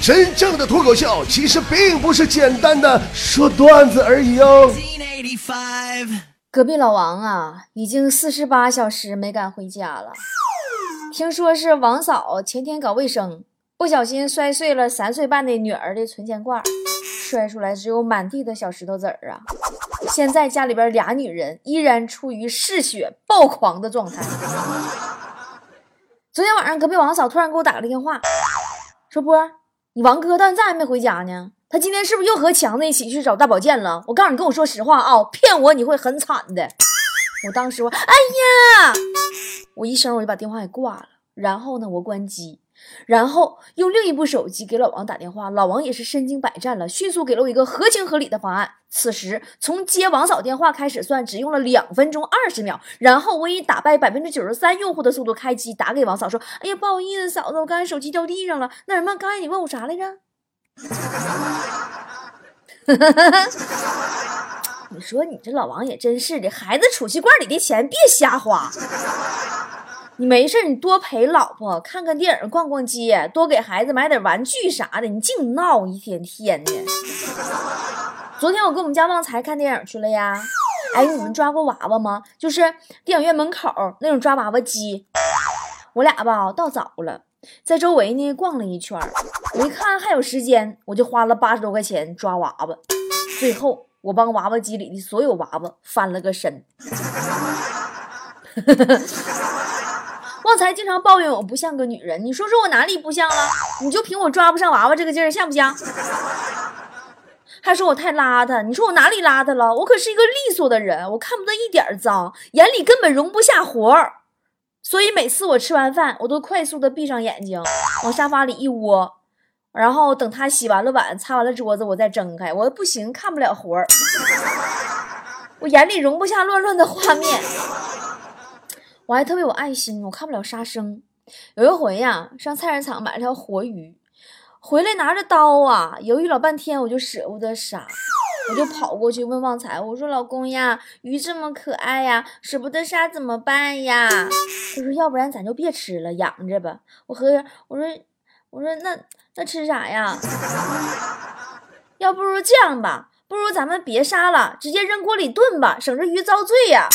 真正的脱口秀其实并不是简单的说段子而已哦。 隔壁老王啊，已经48小时没敢回家了。听说是王嫂前天搞卫生，不小心摔碎了3岁半的女儿的存钱罐，摔出来只有满地的小石头子儿啊！现在家里边俩女人依然处于嗜血暴狂的状态。昨天晚上隔壁王嫂突然给我打了个电话，说波，你王哥到现在还没回家呢，他今天是不是又和强子一起去找大保健了？我告诉你，跟我说实话啊，骗我你会很惨的。我当时我哎呀，我一声我就把电话给挂了，然后呢我关机，然后用另一部手机给老王打电话，老王也是身经百战了，迅速给了我一个合情合理的方案。此时从接王嫂电话开始算，只用了2分钟20秒，然后我以打败93%用户的速度开机打给王嫂说，哎呀不好意思嫂子，我刚才手机掉地上了。那什么，刚才你问我啥来着？你说你这老王也真是的，孩子储蓄罐里的钱别瞎花。你没事你多陪老婆看看电影逛逛街，多给孩子买点玩具啥的，你净闹一天天的。昨天我跟我们家旺财看电影去了呀。哎，你们抓过娃娃吗？就是电影院门口那种抓娃娃机。我俩吧到早了，在周围呢逛了一圈，我一看还有时间，我就花了80多块钱抓娃娃。最后我帮娃娃机里的所有娃娃翻了个身。旺财经常抱怨我不像个女人，你说说我哪里不像了？你就凭我抓不上娃娃这个劲儿，像不像？还说我太邋遢，你说我哪里邋遢了？我可是一个利索的人，我看不得一点脏，眼里根本容不下活儿。所以每次我吃完饭，我都快速的闭上眼睛，往沙发里一窝，然后等他洗完了碗，擦完了桌子，我再睁开。我不行，看不了活儿，我眼里容不下乱乱的画面。我还特别有爱心，我看不了杀生。有一回呀，上菜市场买了条活鱼，回来拿着刀啊，犹豫老半天，我就舍不得杀，我就跑过去问旺财，我说老公呀，鱼这么可爱呀，舍不得杀怎么办呀？他说要不然咱就别吃了，养着吧。我说那吃啥呀？要不如这样吧，不如咱们别杀了，直接扔锅里炖吧，省着鱼遭罪呀。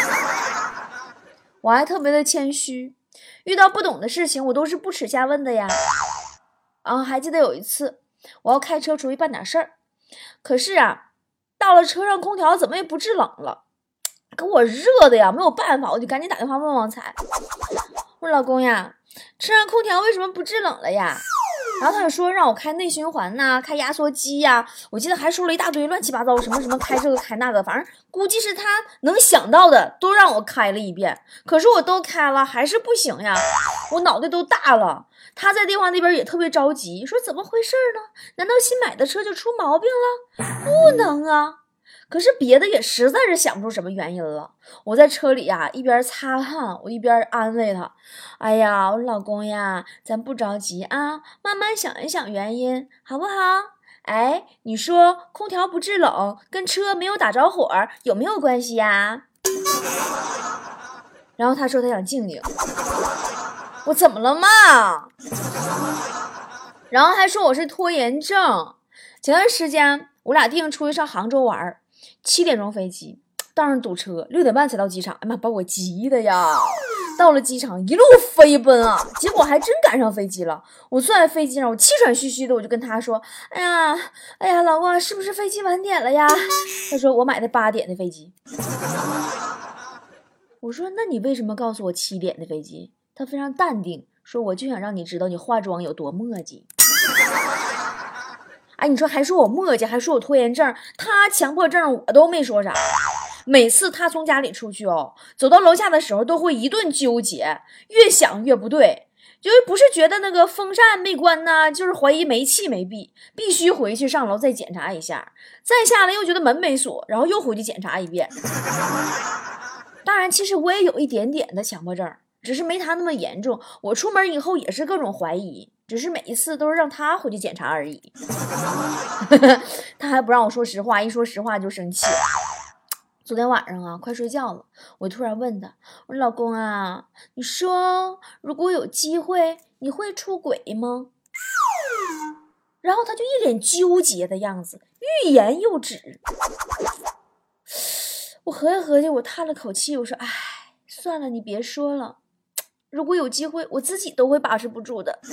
我还特别的谦虚，遇到不懂的事情我都是不耻下问的呀。还记得有一次我要开车出去办点事儿，可是啊到了车上空调怎么也不制冷了，给我热的呀，没有办法，我就赶紧打电话问旺财，我说老公呀，车上空调为什么不制冷了呀？然后他就说让我开内循环呐，开压缩机呀，我记得还说了一大堆乱七八糟，什么开这个开那个，反正估计是他能想到的都让我开了一遍。可是我都开了还是不行呀，我脑袋都大了。他在电话那边也特别着急，说怎么回事呢？难道新买的车就出毛病了？不能啊。可是别的也实在是想不出什么原因了。我在车里呀，一边擦汗，我一边安慰他，哎呀，我老公呀，咱不着急啊，慢慢想一想原因，好不好？哎，你说空调不制冷跟车没有打着火有没有关系呀？然后他说他想静静，我怎么了嘛？然后还说我是拖延症。前段时间我俩定出去上杭州玩，7点钟飞机，道上堵车，6点半才到机场，哎妈，把我急的呀！到了机场一路飞奔啊，结果还真赶上飞机了。我坐在飞机上，我气喘吁吁的，我就跟他说，哎呀老公，是不是飞机晚点了呀？他说我买的8点的飞机。我说那你为什么告诉我7点的飞机？他非常淡定说，我就想让你知道你化妆有多磨叽。哎，你说还说我磨叽，还说我拖延症，他强迫症我都没说啥。每次他从家里出去走到楼下的时候都会一顿纠结，越想越不对，就是不是觉得那个风扇没关呢，就是怀疑煤气没闭，必须回去上楼再检查一下，再下来又觉得门没锁，然后又回去检查一遍。当然其实我也有一点点的强迫症，只是没他那么严重，我出门以后也是各种怀疑，只是每一次都是让他回去检查而已。他还不让我说实话，一说实话就生气。昨天晚上啊，快睡觉了，我突然问他，我说老公啊，你说如果有机会你会出轨吗？ 然后他就一脸纠结的样子，欲言又止。我合计合计，我叹了口气，我说：“哎，算了，你别说了。如果有机会，我自己都会把持不住的。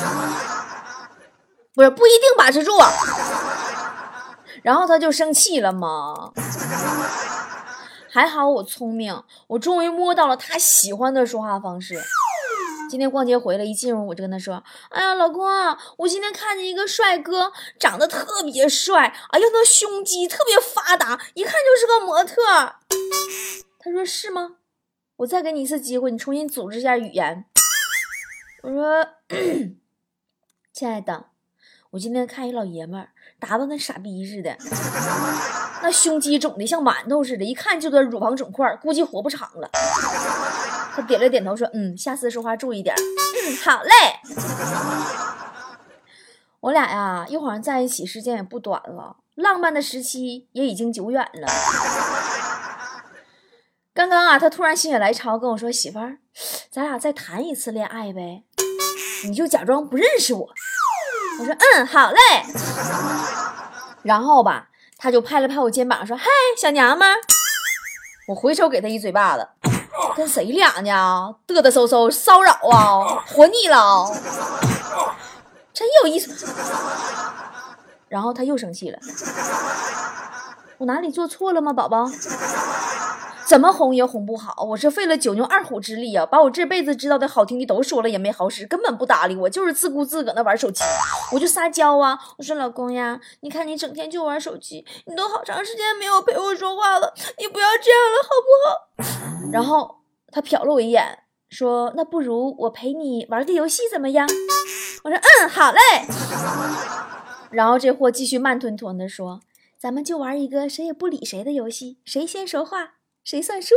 不一定把持住啊。”然后他就生气了嘛。还好我聪明，我终于摸到了他喜欢的说话方式。今天逛街回来，一进屋我就跟他说：“哎呀，老公啊，我今天看见一个帅哥，长得特别帅，哎呀，那胸肌特别发达，一看就是个模特。”他说：“是吗？我再给你一次机会，你重新组织一下语言。”我说：“亲爱的，我今天看一老爷们儿打扮跟傻逼似的，那胸肌肿的像馒头似的，一看就是乳房肿块，估计活不长了。”他点了点头说：“下次说话注意点。”好嘞。我俩呀，一晃在一起时间也不短了，浪漫的时期也已经久远了。刚刚啊，他突然心血来潮跟我说：“媳妇儿，咱俩再谈一次恋爱呗，你就假装不认识我。”我说：“好嘞。”然后吧，他就拍了拍我肩膀说：“嗨，小娘们儿。”我回手给他一嘴巴子。跟谁俩呢？嘚嘚嗖嗖骚扰啊，活腻了，真有意思。然后他又生气了。我哪里做错了吗，宝宝？怎么哄也哄不好，我是费了九牛二虎之力啊，把我这辈子知道的好听的都说了也没好使，根本不搭理我，就是自顾自搁那玩手机。我就撒娇啊，我说：“老公呀，你看你整天就玩手机，你都好长时间没有陪我说话了，你不要这样了好不好？”然后他瞟了我一眼说：“那不如我陪你玩个游戏怎么样？”我说：“好嘞。”然后这货继续慢吞吞的说：“咱们就玩一个谁也不理谁的游戏，谁先说话谁算输。”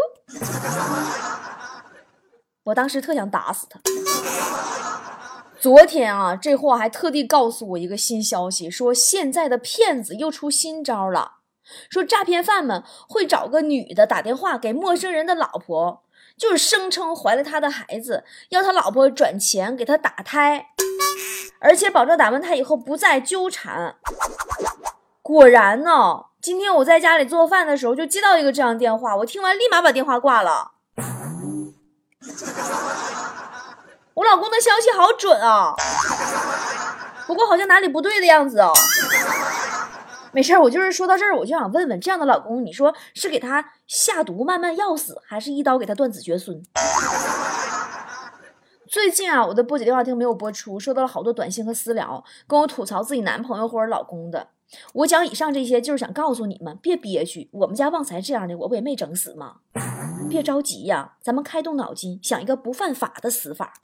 我当时特想打死他。昨天啊，这货还特地告诉我一个新消息，说现在的骗子又出新招了，说诈骗犯们会找个女的打电话给陌生人的老婆，就是声称怀了他的孩子，要他老婆转钱给他打胎，而且保证打完胎以后不再纠缠。果然呢，今天我在家里做饭的时候就接到一个这样的电话，我听完立马把电话挂了。我老公的消息好准啊，不过好像哪里不对的样子哦。没事，我就是说到这儿，我就想问问，这样的老公，你说是给他下毒慢慢要死，还是一刀给他断子绝孙？最近啊，我的波姐电话亭没有播出，收到了好多短信和私聊，跟我吐槽自己男朋友或者老公的。我讲以上这些，就是想告诉你们，别憋屈。我们家旺财这样的，我不也没整死吗？别着急呀，咱们开动脑筋，想一个不犯法的死法。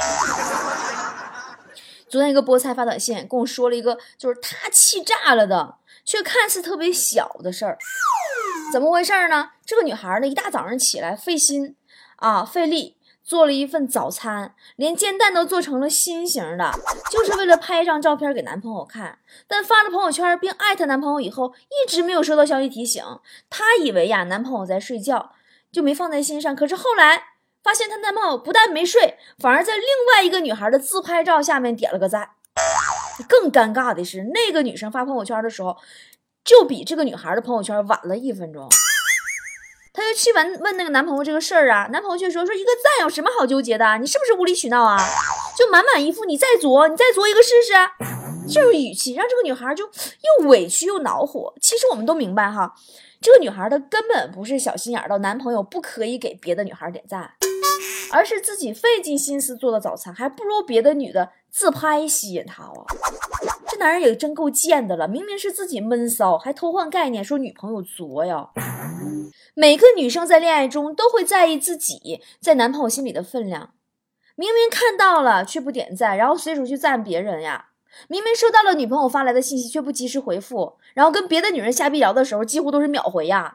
昨天一个菠菜发短信跟我说了一个，就是他气炸了的，却看似特别小的事儿。怎么回事呢？这个女孩呢，一大早上起来费心啊，费力做了一份早餐，连煎蛋都做成了心形的，就是为了拍一张照片给男朋友看。但发了朋友圈并艾特男朋友以后，一直没有收到消息提醒。她以为呀，男朋友在睡觉，就没放在心上。可是后来发现她男朋友不但没睡，反而在另外一个女孩的自拍照下面点了个赞。更尴尬的是，那个女生发朋友圈的时候，就比这个女孩的朋友圈晚了1分钟。她就去问那个男朋友这个事儿啊，男朋友却说一个赞有什么好纠结的，你是不是无理取闹啊？就满满一副你再作一个试试。这种语气让这个女孩就又委屈又恼火。其实我们都明白哈，这个女孩她根本不是小心眼到男朋友不可以给别的女孩点赞，而是自己费尽心思做的早餐还不如别的女的自拍吸引她哦。这男人也真够贱的了，明明是自己闷骚，还偷换概念说女朋友作呀。每个女生在恋爱中都会在意自己在男朋友心里的分量，明明看到了却不点赞，然后随手去赞别人呀。明明收到了女朋友发来的信息却不及时回复，然后跟别的女人瞎逼聊的时候几乎都是秒回呀。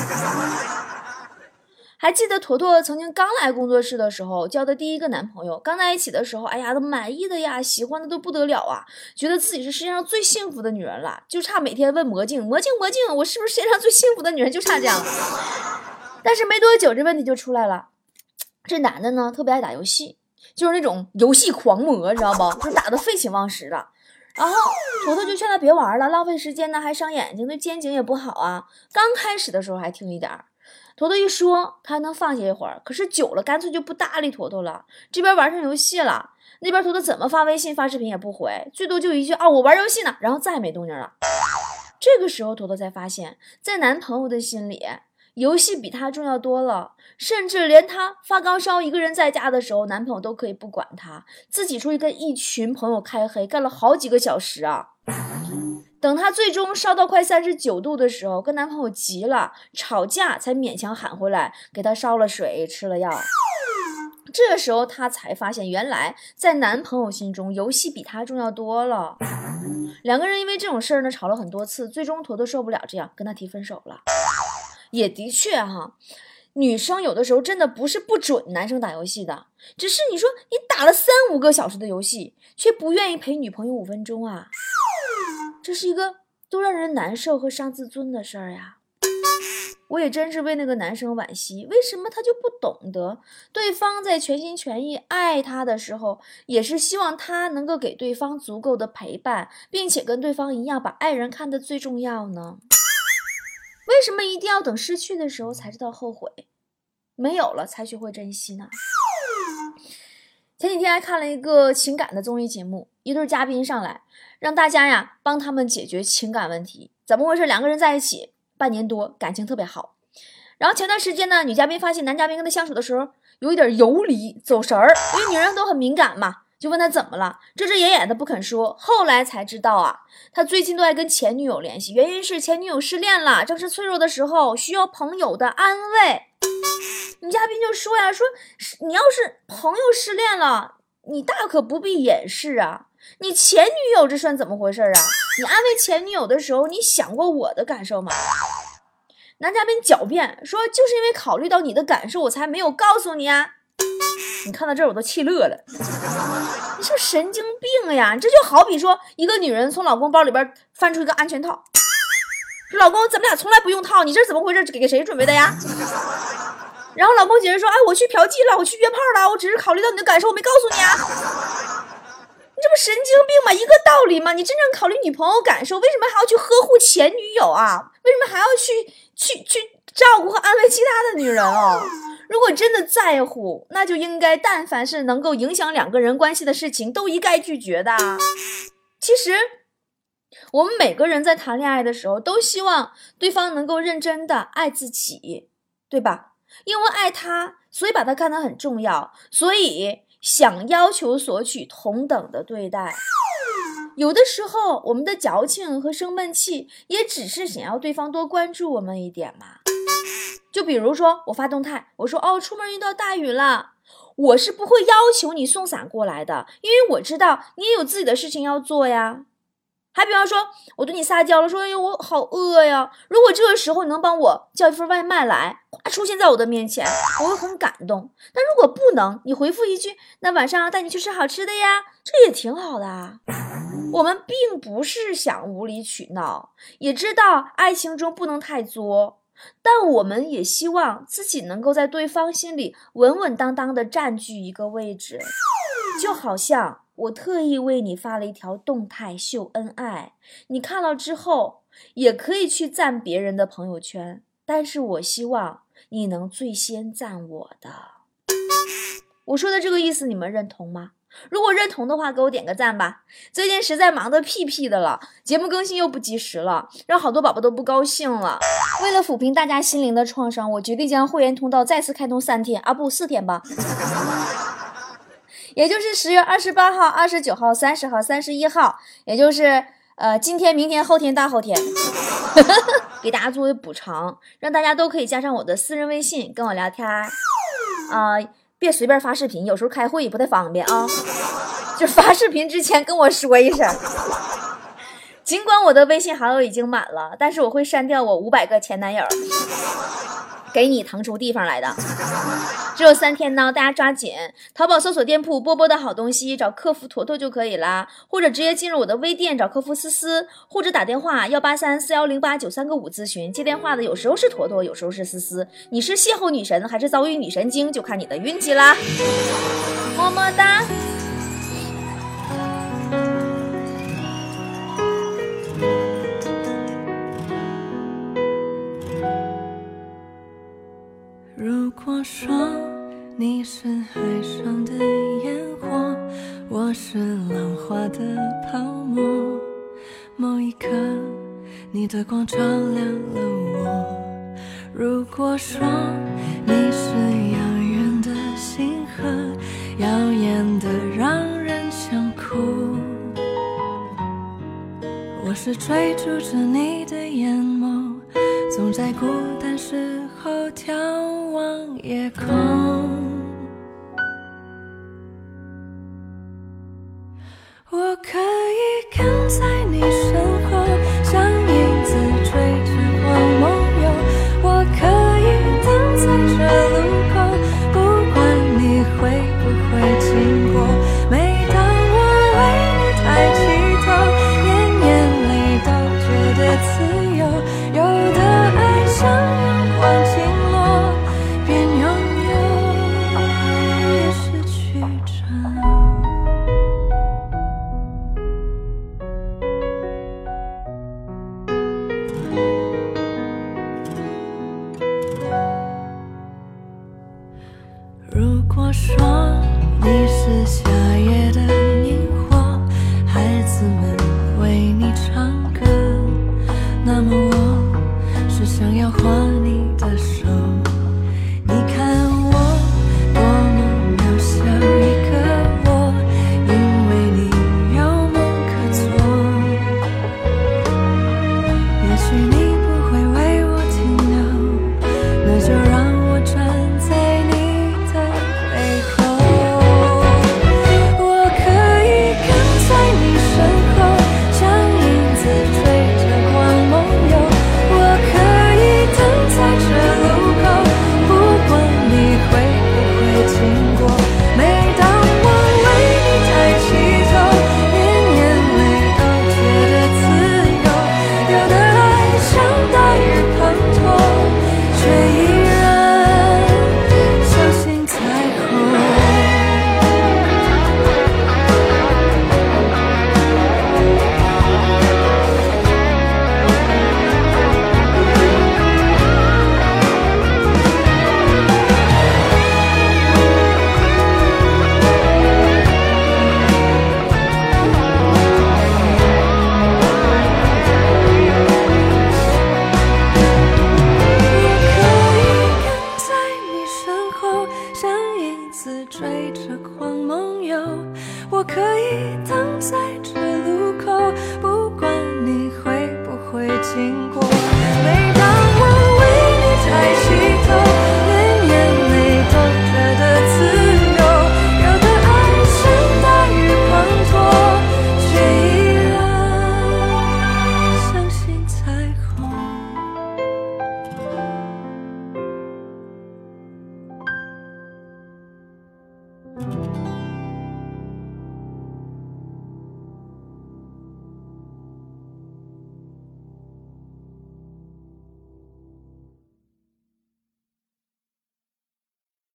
还记得坨坨曾经刚来工作室的时候，交的第一个男朋友，刚在一起的时候，哎呀，都满意的呀，喜欢的都不得了啊，觉得自己是世界上最幸福的女人了，就差每天问魔镜，我是不是世界上最幸福的女人，就差这样。但是没多久这问题就出来了，这男的呢特别爱打游戏，就是那种游戏狂魔，知道不？就打得废寝忘食的。 然后坨坨就劝他别玩了，浪费时间呢，还伤眼睛，对肩颈也不好啊。刚开始的时候还听一点，坨坨一说他还能放下一会儿，可是久了干脆就不搭理坨坨了。这边玩上游戏了，那边坨坨怎么发微信发视频也不回，最多就一句啊我玩游戏呢，然后再也没动静了。这个时候坨坨才发现，在男朋友的心里，游戏比他重要多了，甚至连他发高烧一个人在家的时候，男朋友都可以不管他，自己出去跟一群朋友开黑，干了好几个小时啊。等他最终烧到快39度的时候，跟男朋友急了，吵架才勉强喊回来，给他烧了水，吃了药。这个时候他才发现，原来在男朋友心中，游戏比他重要多了。两个人因为这种事儿呢吵了很多次，最终坨坨受不了这样，跟他提分手了。也的确哈，女生有的时候真的不是不准男生打游戏的，只是你说你打了3-5个小时的游戏，却不愿意陪女朋友5分钟啊，这是一个都让人难受和伤自尊的事儿呀。我也真是为那个男生惋惜，为什么他就不懂得对方在全心全意爱他的时候，也是希望他能够给对方足够的陪伴，并且跟对方一样把爱人看得最重要呢？为什么一定要等失去的时候才知道后悔，没有了才学会珍惜呢？前几天还看了一个情感的综艺节目，一对嘉宾上来让大家呀帮他们解决情感问题。怎么回事？两个人在一起半年多，感情特别好，然后前段时间呢，女嘉宾发现男嘉宾跟她相处的时候有一点游离走神儿，因为女人都很敏感嘛，就问他怎么了，遮遮掩掩的不肯说。后来才知道啊，他最近都爱跟前女友联系，原因是前女友失恋了，正是脆弱的时候，需要朋友的安慰。女嘉宾就说呀，说你要是朋友失恋了，你大可不必掩饰啊，你前女友这算怎么回事啊？你安慰前女友的时候，你想过我的感受吗？男嘉宾狡辩说，就是因为考虑到你的感受，我才没有告诉你啊。你看到这儿我都气乐了，你是不是神经病呀？这就好比说一个女人从老公包里边翻出一个安全套，说老公咱们俩从来不用套，你这是怎么回事？给谁准备的呀？然后老公解释说，哎，我去嫖妓了，我去约炮了，我只是考虑到你的感受，我没告诉你啊。你这不神经病吗？一个道理吗？你真正考虑女朋友感受，为什么还要去呵护前女友啊？为什么还要去照顾和安慰其他的女人哦？如果真的在乎，那就应该但凡是能够影响两个人关系的事情都一概拒绝的。其实我们每个人在谈恋爱的时候都希望对方能够认真的爱自己，对吧？因为爱他，所以把他看得很重要，所以想要求索取同等的对待。有的时候我们的矫情和生闷气也只是想要对方多关注我们一点嘛。就比如说我发动态，我说出门遇到大雨了，我是不会要求你送伞过来的，因为我知道你也有自己的事情要做呀。还比方说我对你撒娇了，说哎呦我好饿呀，如果这个时候你能帮我叫一份外卖来，出现在我的面前，我会很感动。但如果不能，你回复一句那晚上带你去吃好吃的呀，这也挺好的啊。我们并不是想无理取闹，也知道爱情中不能太作，但我们也希望自己能够在对方心里稳稳当当的占据一个位置。就好像我特意为你发了一条动态秀恩爱，你看了之后也可以去赞别人的朋友圈，但是我希望你能最先赞我的。我说的这个意思你们认同吗？如果认同的话，给我点个赞吧。最近实在忙得屁屁的了，节目更新又不及时了，让好多宝宝都不高兴了。为了抚平大家心灵的创伤，我决定将会员通道再次开通3天4天吧。也就是10月28号、29号、30号、31号，也就是今天、明天、后天、大后天，给大家作为补偿，让大家都可以加上我的私人微信跟我聊天别随便发视频，有时候开会不太方便啊。就发视频之前跟我说一声。尽管我的微信好友已经满了，但是我会删掉我500个前男友，给你腾出地方来的。只有3天呢，大家抓紧。淘宝搜索店铺波波的好东西，找客服坨坨就可以啦，或者直接进入我的微店找客服思思，或者打电话183410893个5咨询。接电话的有时候是坨坨，有时候是思思。你是邂逅女神还是遭遇女神经，就看你的运气啦。么么哒。 果说你是海上的烟火，我是浪花的泡沫，某一刻你的光照亮了我。如果说你是遥远的星河，耀眼的让人想哭，我是追逐着你的眼眸，总在孤单时候眺望夜空。我可以跟在你身后，像影子追着我梦游，我可以等在这路口，不管你会不会经过。每当我为你抬起头，连眼泪都觉得自由，有的爱像阳光倾落，边拥有边失去着。如果说你是夏夜的萤火，孩子们为你唱歌，那么我是想要画你的手。